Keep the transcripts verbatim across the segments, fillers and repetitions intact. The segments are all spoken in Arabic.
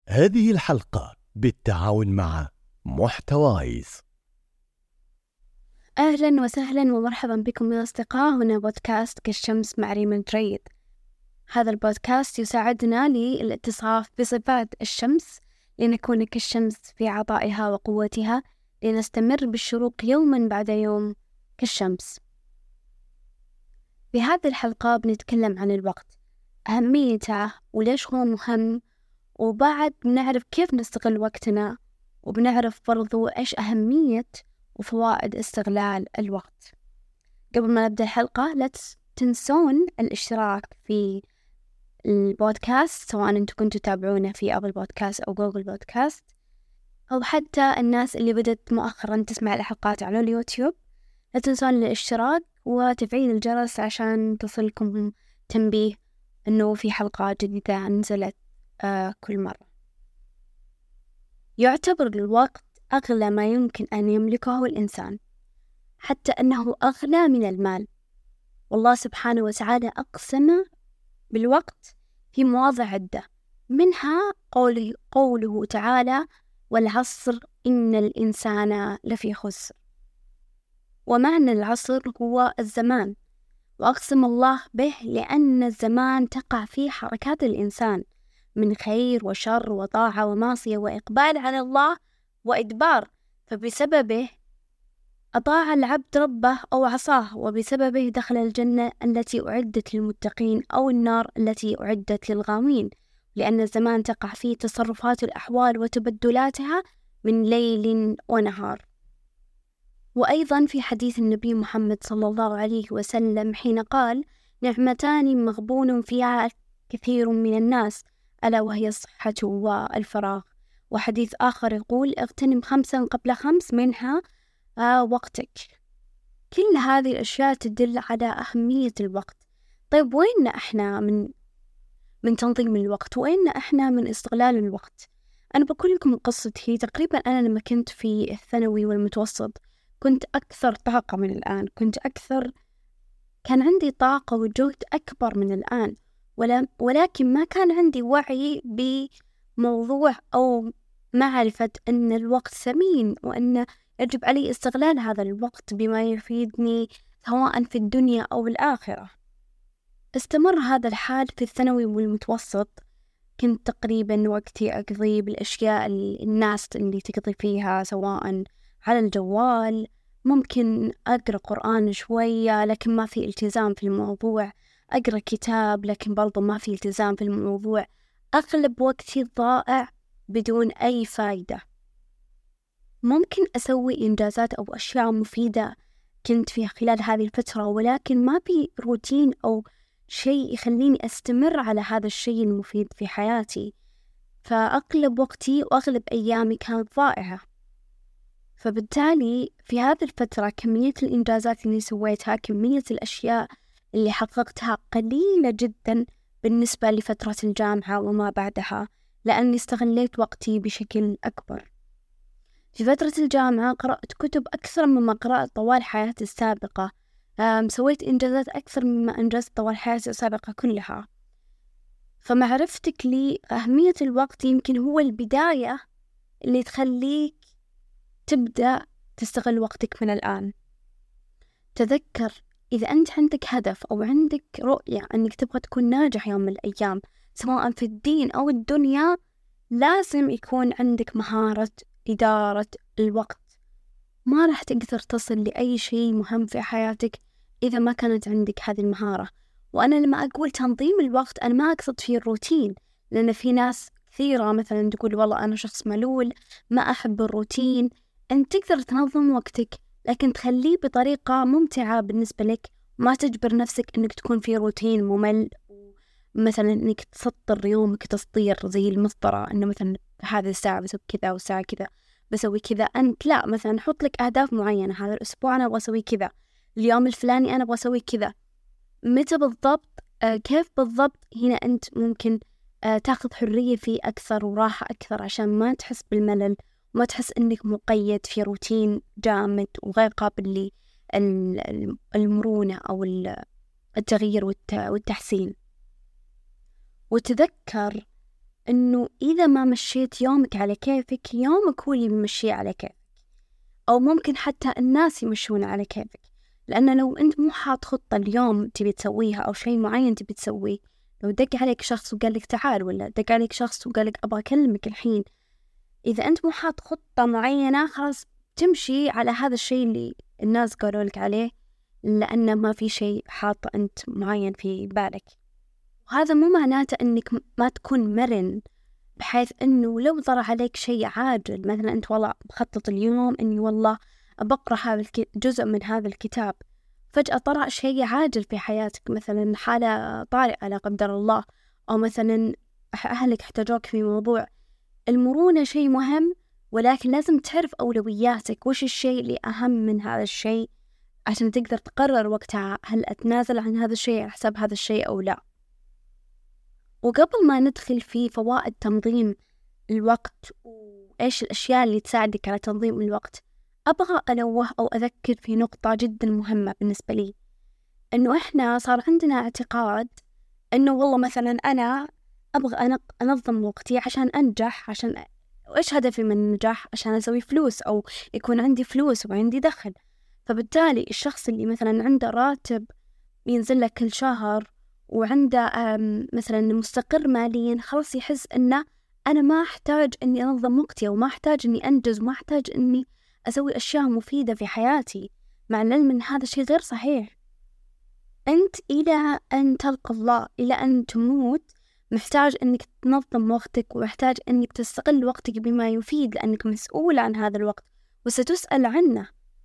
هذه الحلقة بالتعاون مع محتوايز. أهلا وسهلا ومرحبا بكم يا أصدقاء. هنا بودكاست كالشمس مع ريم الجريد. هذا البودكاست يساعدنا للاتصاف بصفات الشمس لنكون كالشمس في عطائها وقوتها، لنستمر بالشروق يوما بعد يوم كالشمس. في هذه الحلقة بنتكلم عن الوقت، أهميته وليش هو مهم، وبعد بنعرف كيف نستغل وقتنا، وبنعرف برضو إيش أهمية وفوائد استغلال الوقت. قبل ما نبدأ الحلقة لا تنسون الاشتراك في البودكاست، سواء أنتم كنتوا تتابعونا في أبل بودكاست أو جوجل بودكاست، أو حتى الناس اللي بدأت مؤخرا تسمع الحلقات على اليوتيوب. لا تنسون الاشتراك وتفعيل الجرس عشان تصلكم تنبيه أنه في حلقات جديدة نزلت آه كل مرة. يعتبر الوقت أغلى ما يمكن أن يملكه الإنسان، حتى أنه أغلى من المال. والله سبحانه وتعالى أقسم بالوقت في مواضع عدة، منها قوله, قوله تعالى: والعصر إن الإنسان لفي خسر. ومعنى العصر هو الزمان، وأقسم الله به لأن الزمان تقع فيه حركات الإنسان من خير وشر وطاعة ومعصية وإقبال على الله وإدبار، فبسببه أطاع العبد ربه أو عصاه، وبسببه دخل الجنة التي أعدت للمتقين أو النار التي أعدت للغاوين، لأن الزمان تقع فيه تصرفات الأحوال وتبدلاتها من ليل ونهار. وأيضا في حديث النبي محمد صلى الله عليه وسلم حين قال: نعمتان مغبون فيها كثير من الناس، ألا وهي الصحة والفراغ. وحديث آخر يقول: اغتنم خمسا قبل خمس، منها آه وقتك. كل هذه الأشياء تدل على أهمية الوقت. طيب وين إحنا من من تنظيم الوقت؟ وين إحنا من استغلال الوقت؟ أنا بقول لكم قصتي. تقريبا أنا لما كنت في الثانوي والمتوسط كنت أكثر طاقة من الآن، كنت أكثر كان عندي طاقة وجهد أكبر من الآن، ولا ولكن ما كان عندي وعي بموضوع أو معرفة أن الوقت ثمين، وأن يجب علي استغلال هذا الوقت بما يفيدني سواء في الدنيا أو الآخرة. استمر هذا الحال في الثانوي والمتوسط. كنت تقريبا وقتي أقضي بالأشياء اللي الناس اللي تقضي فيها، سواء على الجوال، ممكن أقرأ قرآن شوية لكن ما في التزام في الموضوع، أقرأ كتاب لكن برضو ما في التزام في الموضوع. أغلب وقتي ضائع بدون أي فايدة. ممكن أسوي إنجازات أو أشياء مفيدة كنت فيها خلال هذه الفترة، ولكن ما في روتين أو شيء يخليني أستمر على هذا الشيء المفيد في حياتي. فأغلب وقتي وأغلب أيامي كانت ضائعة. فبالتالي في هذه الفترة كمية الإنجازات اللي سويتها، كمية الأشياء اللي حققتها قليلة جدا بالنسبة لفترة الجامعة وما بعدها، لأني استغليت وقتي بشكل أكبر. في فترة الجامعة قرأت كتب أكثر مما قرأت طوال حياتي السابقة، سويت إنجازات أكثر مما أنجزت طوال حياتي السابقة كلها. فمعرفتك لأهمية الوقت يمكن هو البداية اللي تخليك تبدأ تستغل وقتك من الآن. تذكر إذا أنت عندك هدف أو عندك رؤية أنك تبغى تكون ناجح يوم من الأيام، سواء في الدين أو الدنيا، لازم يكون عندك مهارة إدارة الوقت. ما راح تقدر تصل لأي شيء مهم في حياتك إذا ما كانت عندك هذه المهارة. وأنا لما أقول تنظيم الوقت أنا ما أقصد فيه الروتين، لأن في ناس كثيرة مثلا تقول والله أنا شخص ملول ما أحب الروتين. أنت تقدر تنظم وقتك لكن تخليه بطريقة ممتعة بالنسبة لك، ما تجبر نفسك أنك تكون في روتين ممل، مثلا أنك تسطر يومك تسطير زي المسطرة، أنه مثلا هذه الساعة بسوي كذا والساعة كذا بسوي كذا. أنت لا، مثلا حط لك أهداف معينة، هذا الأسبوع أنا أبغى أسوي كذا، اليوم الفلاني أنا أبغى أسوي كذا. متى بالضبط؟ آه كيف بالضبط؟ هنا أنت ممكن آه تاخذ حرية فيه أكثر وراحة أكثر، عشان ما تحس بالملل وما تحس أنك مقيد في روتين جامد وغير قابل للمرونة أو التغيير والتحسين. وتذكر إنه إذا ما مشيت يومك على كيفك، يومك هو اللي بيمشيه على كيفك، أو ممكن حتى الناس يمشون على كيفك. لأن لو أنت مو حاط خطة اليوم تبي تسويها أو شيء معين تبي تسويه، لو دق عليك شخص وقال لك تعال، ولا دق عليك شخص وقال لك أبغى أكلمك الحين، إذا أنت مو حاط خطة معينة خلاص تمشي على هذا الشيء اللي الناس قالوا لك عليه، لأنه ما في شيء حاط أنت معين في بالك. وهذا مو معناته أنك ما تكون مرن، بحيث أنه لو ظهر عليك شيء عاجل، مثلا أنت والله بخطط اليوم أني والله بقرأ هذا الجزء من هذا الكتاب، فجأة طرأ شيء عاجل في حياتك، مثلا حالة طارئة لا قدر الله، أو مثلا أهلك احتاجوك في موضوع. المرونة شيء مهم، ولكن لازم تعرف أولوياتك، وش الشيء اللي أهم من هذا الشيء، عشان تقدر تقرر وقتها هل أتنازل عن هذا الشيء على حساب هذا الشيء أو لا. وقبل ما ندخل في فوائد تنظيم الوقت وإيش الأشياء اللي تساعدك على تنظيم الوقت، أبغى أنوه أو أذكر في نقطة جدا مهمة بالنسبة لي، أنه إحنا صار عندنا اعتقاد أنه والله مثلا أنا أبغى أنظم وقتي عشان أنجح، عشان وإيش هدفي من النجاح؟ عشان أسوي فلوس أو يكون عندي فلوس وعندي دخل. فبالتالي الشخص اللي مثلا عنده راتب ينزل لك كل شهر وعنده مثلا مستقر ماليا، خلاص يحس أنه أنا ما أحتاج أني أنظم وقتي، أو ما أحتاج أني أنجز، وما أحتاج أني أسوي أشياء مفيدة في حياتي، مع العلم أن هذا الشيء غير صحيح. أنت إلى أن تلقى الله، إلى أن تموت، محتاج أنك تنظم وقتك، ومحتاج أنك تستغل وقتك بما يفيد، لأنك مسؤول عن هذا الوقت وستسأل عنه.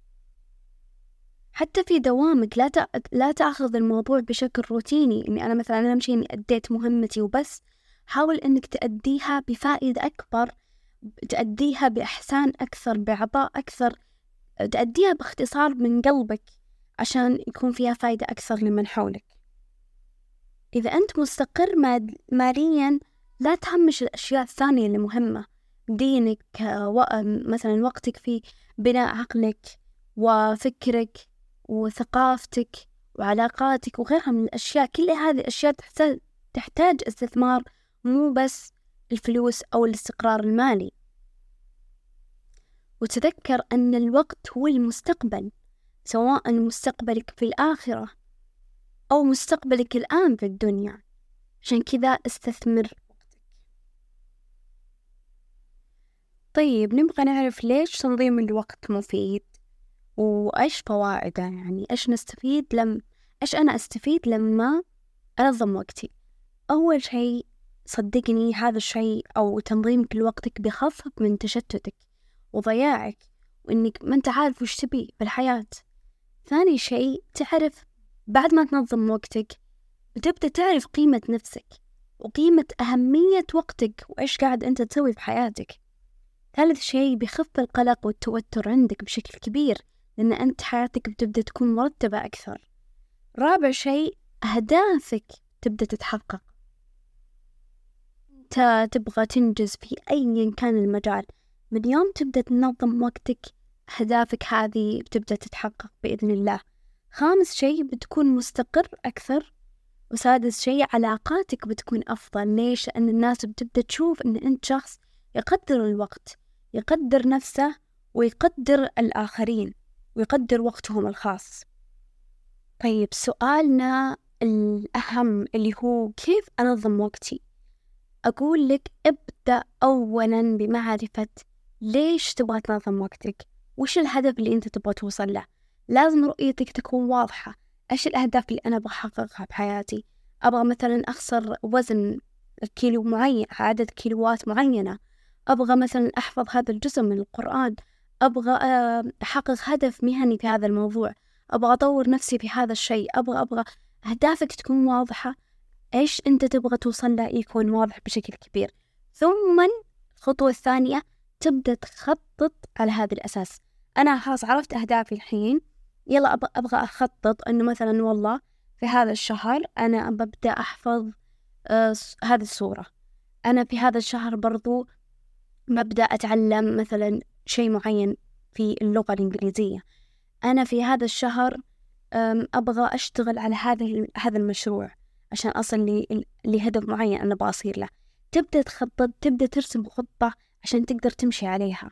حتى في دوامك لا لا تأخذ الموضوع بشكل روتيني، إني أنا مثلا أمشي إني أديت مهمتي وبس. حاول إنك تأديها بفائدة أكبر، تأديها بإحسان أكثر، بعطاء أكثر، تأديها باختصار من قلبك عشان يكون فيها فائدة أكثر لمن حولك. إذا أنت مستقر ماليا لا تهمش الأشياء الثانية اللي مهمة، دينك، مثلا وقتك في بناء عقلك وفكرك وثقافتك وعلاقاتك وغيرها من الأشياء. كل هذه الأشياء تحتاج, تحتاج استثمار، مو بس الفلوس أو الاستقرار المالي. وتذكر أن الوقت هو المستقبل، سواء مستقبلك في الآخرة أو مستقبلك الآن في الدنيا، عشان كذا استثمر وقتك. طيب نبغى نعرف ليش تنظيم الوقت مفيد وإيش فوائده، يعني إيش نستفيد لم إيش أنا أستفيد لما أنظم وقتي. أول شيء صدقني هذا الشيء أو تنظيمك لوقتك بيخفف من تشتتك وضياعك، وإنك ما أنت عارف وش تبي في الحياة. ثاني شيء تعرف بعد ما تنظم وقتك بتبدأ تعرف قيمة نفسك وقيمة أهمية وقتك وإيش قاعد أنت تسوي في حياتك. ثالث شيء بيخف القلق والتوتر عندك بشكل كبير، لأن أنت حياتك بتبدأ تكون مرتبة أكثر. رابع شيء أهدافك تبدأ تتحقق. أنت تبغى تنجز في أي كان المجال، من يوم تبدأ تنظم وقتك أهدافك هذه بتبدأ تتحقق بإذن الله. خامس شيء بتكون مستقر أكثر. وسادس شيء علاقاتك بتكون أفضل. ليش؟ لأن الناس بتبدأ تشوف أن أنت شخص يقدر الوقت، يقدر نفسه، ويقدر الآخرين، ويقدر وقتهم الخاص. طيب سؤالنا الأهم اللي هو كيف أنظم وقتي؟ أقول لك ابدأ أولا بمعرفة ليش تبغى تنظم وقتك، وش الهدف اللي أنت تبغى توصل له. لازم رؤيتك تكون واضحة. إيش الأهداف اللي أنا بحققها بحياتي؟ أبغى مثلا أخسر وزن كيلو معين، عدد كيلوات معينة. أبغى مثلا أحفظ هذا الجزء من القرآن. أبغى أحقق هدف مهني في هذا الموضوع. أبغى أطور نفسي في هذا الشيء. أبغى أبغى أهدافك تكون واضحة. إيش أنت تبغى توصل له يكون واضح بشكل كبير. ثم الخطوة الثانية تبدأ تخطط على هذا الأساس. أنا خلاص عرفت أهدافي الحين، يلا أبغى, أبغى أخطط أنه مثلا والله في هذا الشهر أنا ببدأ أحفظ آه هذه السورة. أنا في هذا الشهر برضو ببدأ أتعلم مثلا شيء معين في اللغة الإنجليزية. أنا في هذا الشهر أبغى أشتغل على هذا هذا المشروع عشان أصل لي لهدف معين أنا بأصير له. تبدأ تخطط، تبدأ ترسم خطة عشان تقدر تمشي عليها.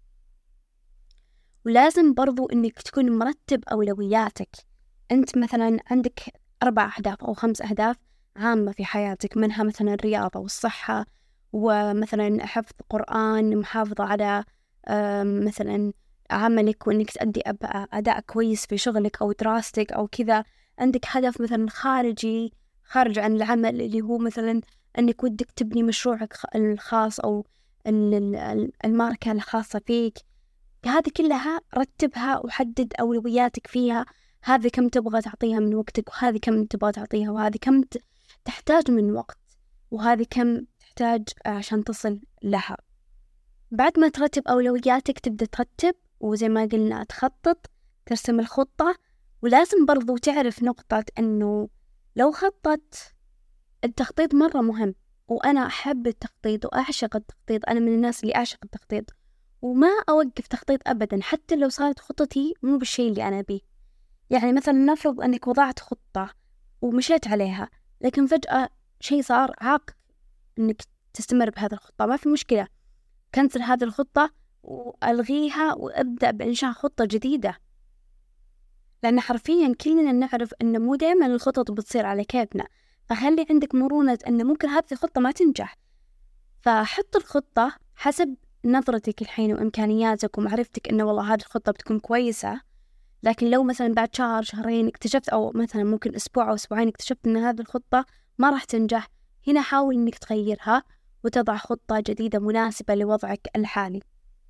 ولازم برضو إنك تكون مرتب أولوياتك. أنت مثلا عندك أربع أهداف أو خمس أهداف عامة في حياتك، منها مثلا الرياضة والصحة، ومثلا حفظ قرآن، محافظة على مثلا عملك وإنك تأدي أداء كويس في شغلك أو دراستك أو كذا. عندك هدف مثلا خارجي خارج عن العمل اللي هو مثلا أنك ودك تبني مشروعك الخاص أو الماركة الخاصة فيك. هذه كلها رتبها وحدد أولوياتك فيها. هذه كم تبغى تعطيها من وقتك، وهذه كم تبغى تعطيها، وهذه كم تحتاج من وقت، وهذه كم تحتاج عشان تصل لها. بعد ما ترتب أولوياتك تبدأ ترتب، وزي ما قلنا تخطط، ترسم الخطة. ولازم برضو تعرف نقطة أنه لو خطط، التخطيط مرة مهم، وأنا أحب التخطيط وأعشق التخطيط. أنا من الناس اللي أعشق التخطيط وما أوقف تخطيط أبدا، حتى لو صارت خطتي مو بالشيء اللي أنا بيه. يعني مثلا نفرض أنك وضعت خطة ومشيت عليها، لكن فجأة شيء صار عاق أنك تستمر بهذه الخطة، ما في مشكلة، كنسل هذه الخطة وألغيها وأبدأ بإنشاء خطة جديدة. لأن حرفيا كلنا نعرف أن مو دائما الخطط بتصير على كيفنا، فخلي عندك مرونة أن ممكن هذه الخطة ما تنجح. فحط الخطة حسب نظرتك الحين وإمكانياتك ومعرفتك أنه والله هذه الخطة بتكون كويسة. لكن لو مثلا بعد شهر شهرين اكتشفت، أو مثلا ممكن أسبوع أو أسبوعين اكتشفت أن هذه الخطة ما راح تنجح، هنا حاول أنك تغيرها وتضع خطة جديدة مناسبة لوضعك الحالي.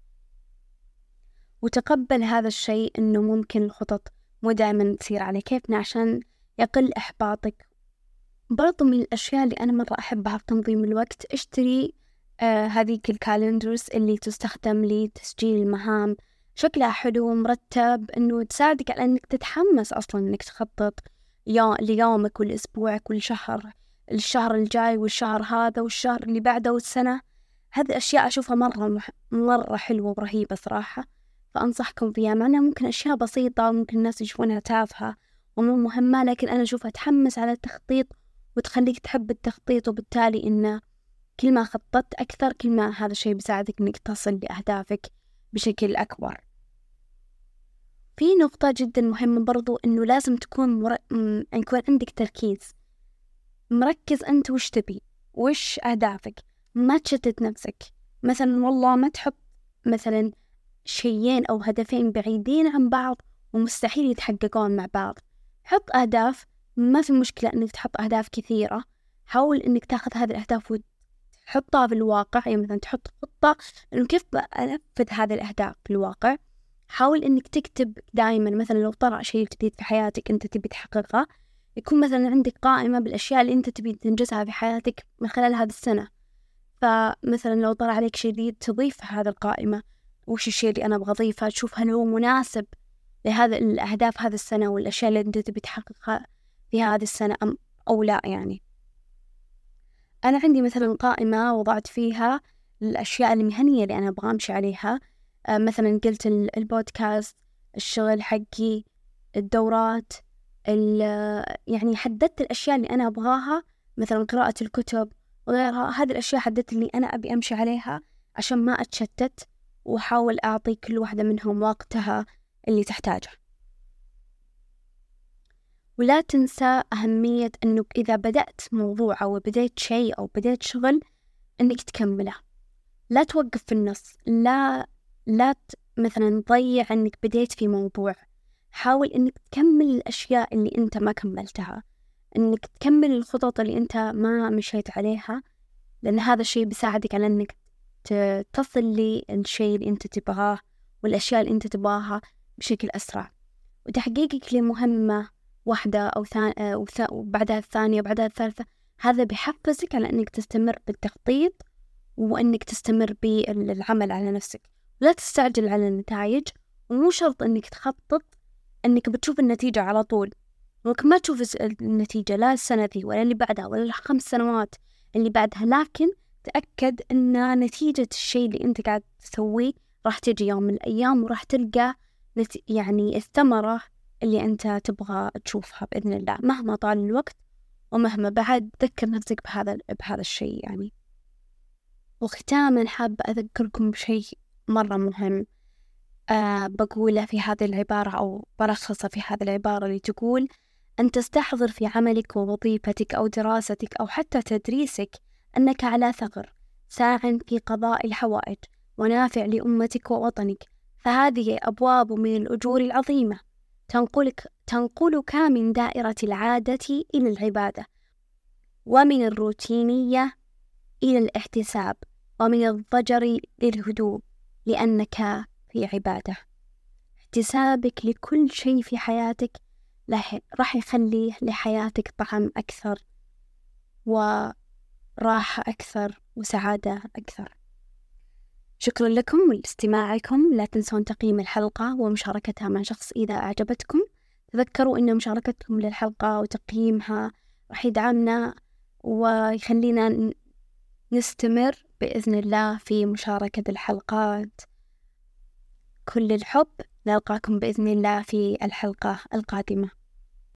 وتقبل هذا الشيء أنه ممكن الخطط مو دائما تصير على كيفنا عشان يقل إحباطك. برضو من الأشياء اللي أنا مرة أحبها في تنظيم الوقت، اشتري آه هذيك الكالندرز اللي تستخدم لتسجيل المهام، شكلها حلو ومرتب، إنه تساعدك على إنك تتحمس أصلا إنك تخطط يوم ليومك والأسبوعك والشهر، الشهر الجاي والشهر هذا والشهر اللي بعده والسنة. هذه الأشياء أشوفها مرة مح... مرة حلوة ورهيبة صراحة، فأنصحكم فيها. مع أنها ممكن أشياء بسيطة وممكن الناس يشوفونها تافهة ومو مهمة، لكن أنا أشوفها تحمس على التخطيط وتخليك تحب التخطيط، وبالتالي إنه كل ما خططت أكثر كل ما هذا الشيء بيساعدك إنك تصل لأهدافك بشكل أكبر. في نقطة جدا مهمة برضو، إنه لازم تكون مر... م... يكون عندك تركيز، مركز أنت وش تبي، وش أهدافك، ما تشتت نفسك. مثلا والله ما تحط مثلا شيئين أو هدفين بعيدين عن بعض ومستحيل يتحققون مع بعض. حط أهداف، ما في مشكلة إنك تحط أهداف كثيرة. حاول إنك تأخذ هذه الأهداف وتحطها في الواقع. يعني مثلا تحط خطة إنه كيف أنفذ هذه الأهداف في الواقع. حاول إنك تكتب دائما، مثلا لو طرأ شيء جديد في حياتك أنت تبي تحققه، يكون مثلا عندك قائمة بالأشياء اللي أنت تبي تنجزها في حياتك من خلال هذه السنة. فمثلا لو طرأ عليك شيء جديد تضيف هذا القائمة، وش الشيء اللي أنا أبغى أضيفه، تشوف هل هو مناسب لهذا الأهداف هذه السنة والأشياء اللي أنت تبي تحققها في هذه السنة أم أو لا. يعني أنا عندي مثلا قائمة وضعت فيها الأشياء المهنية اللي أنا أبغى أمشي عليها. آه مثلا قلت البودكاست، الشغل حقي، الدورات، يعني حددت الأشياء اللي أنا أبغاها، مثلا قراءة الكتب وغيرها. هذه الأشياء حددت اللي أنا أبي أمشي عليها عشان ما أتشتت، وأحاول أعطي كل واحدة منهم وقتها اللي تحتاجه. ولا تنسى أهمية أنك إذا بدأت موضوع أو بديت شيء أو بديت شغل أنك تكمله، لا توقف في النص، لا لا مثلا تضيع أنك بديت في موضوع. حاول أنك تكمل الأشياء اللي أنت ما كملتها، أنك تكمل الخطط اللي أنت ما مشيت عليها، لأن هذا الشيء بيساعدك على أنك تصل للشيء اللي أنت تبغاه والأشياء اللي أنت تبغاها بشكل أسرع. وتحقيقك لمهمة واحدة أو ثانية وبعدها الثانية وبعدها الثالثة، هذا بيحفزك على أنك تستمر بالتخطيط وأنك تستمر بالعمل على نفسك. لا تستعجل على النتائج، ومو شرط أنك تخطط أنك بتشوف النتيجة على طول. ممكن ما تشوف النتيجة لا السنة ذي ولا اللي بعدها ولا الخمس سنوات اللي بعدها، لكن تأكد أن نتيجة الشيء اللي أنت قاعد تسويه راح تجي يوم من الأيام، وراح تلقى يعني الثمرة اللي أنت تبغى تشوفها بإذن الله، مهما طال الوقت ومهما بعد. ذكر نفسك بهذا بهذا الشيء يعني. وختاما حابة أذكركم بشيء مرة مهم أه بقوله في هذه العبارة أو بلخصه في هذه العبارة اللي تقول: أن تستحضر في عملك ووظيفتك أو دراستك أو حتى تدريسك أنك على ثغر ساع في قضاء الحوائج ونافع لأمتك ووطنك، فهذه أبواب من الأجور العظيمة تنقلك, تنقلك من دائرة العادة إلى العبادة، ومن الروتينية إلى الاحتساب، ومن الضجر للهدوء، لأنك في عبادة. احتسابك لكل شيء في حياتك راح يخلي لحياتك طعم أكثر وراحة أكثر وسعادة أكثر. شكرا لكم لاستماعكم. لا تنسون تقييم الحلقة ومشاركتها مع شخص إذا أعجبتكم. تذكروا أن مشاركتكم للحلقة وتقييمها راح يدعمنا ويخلينا نستمر بإذن الله في مشاركة الحلقات. كل الحب، نلقاكم بإذن الله في الحلقة القادمة.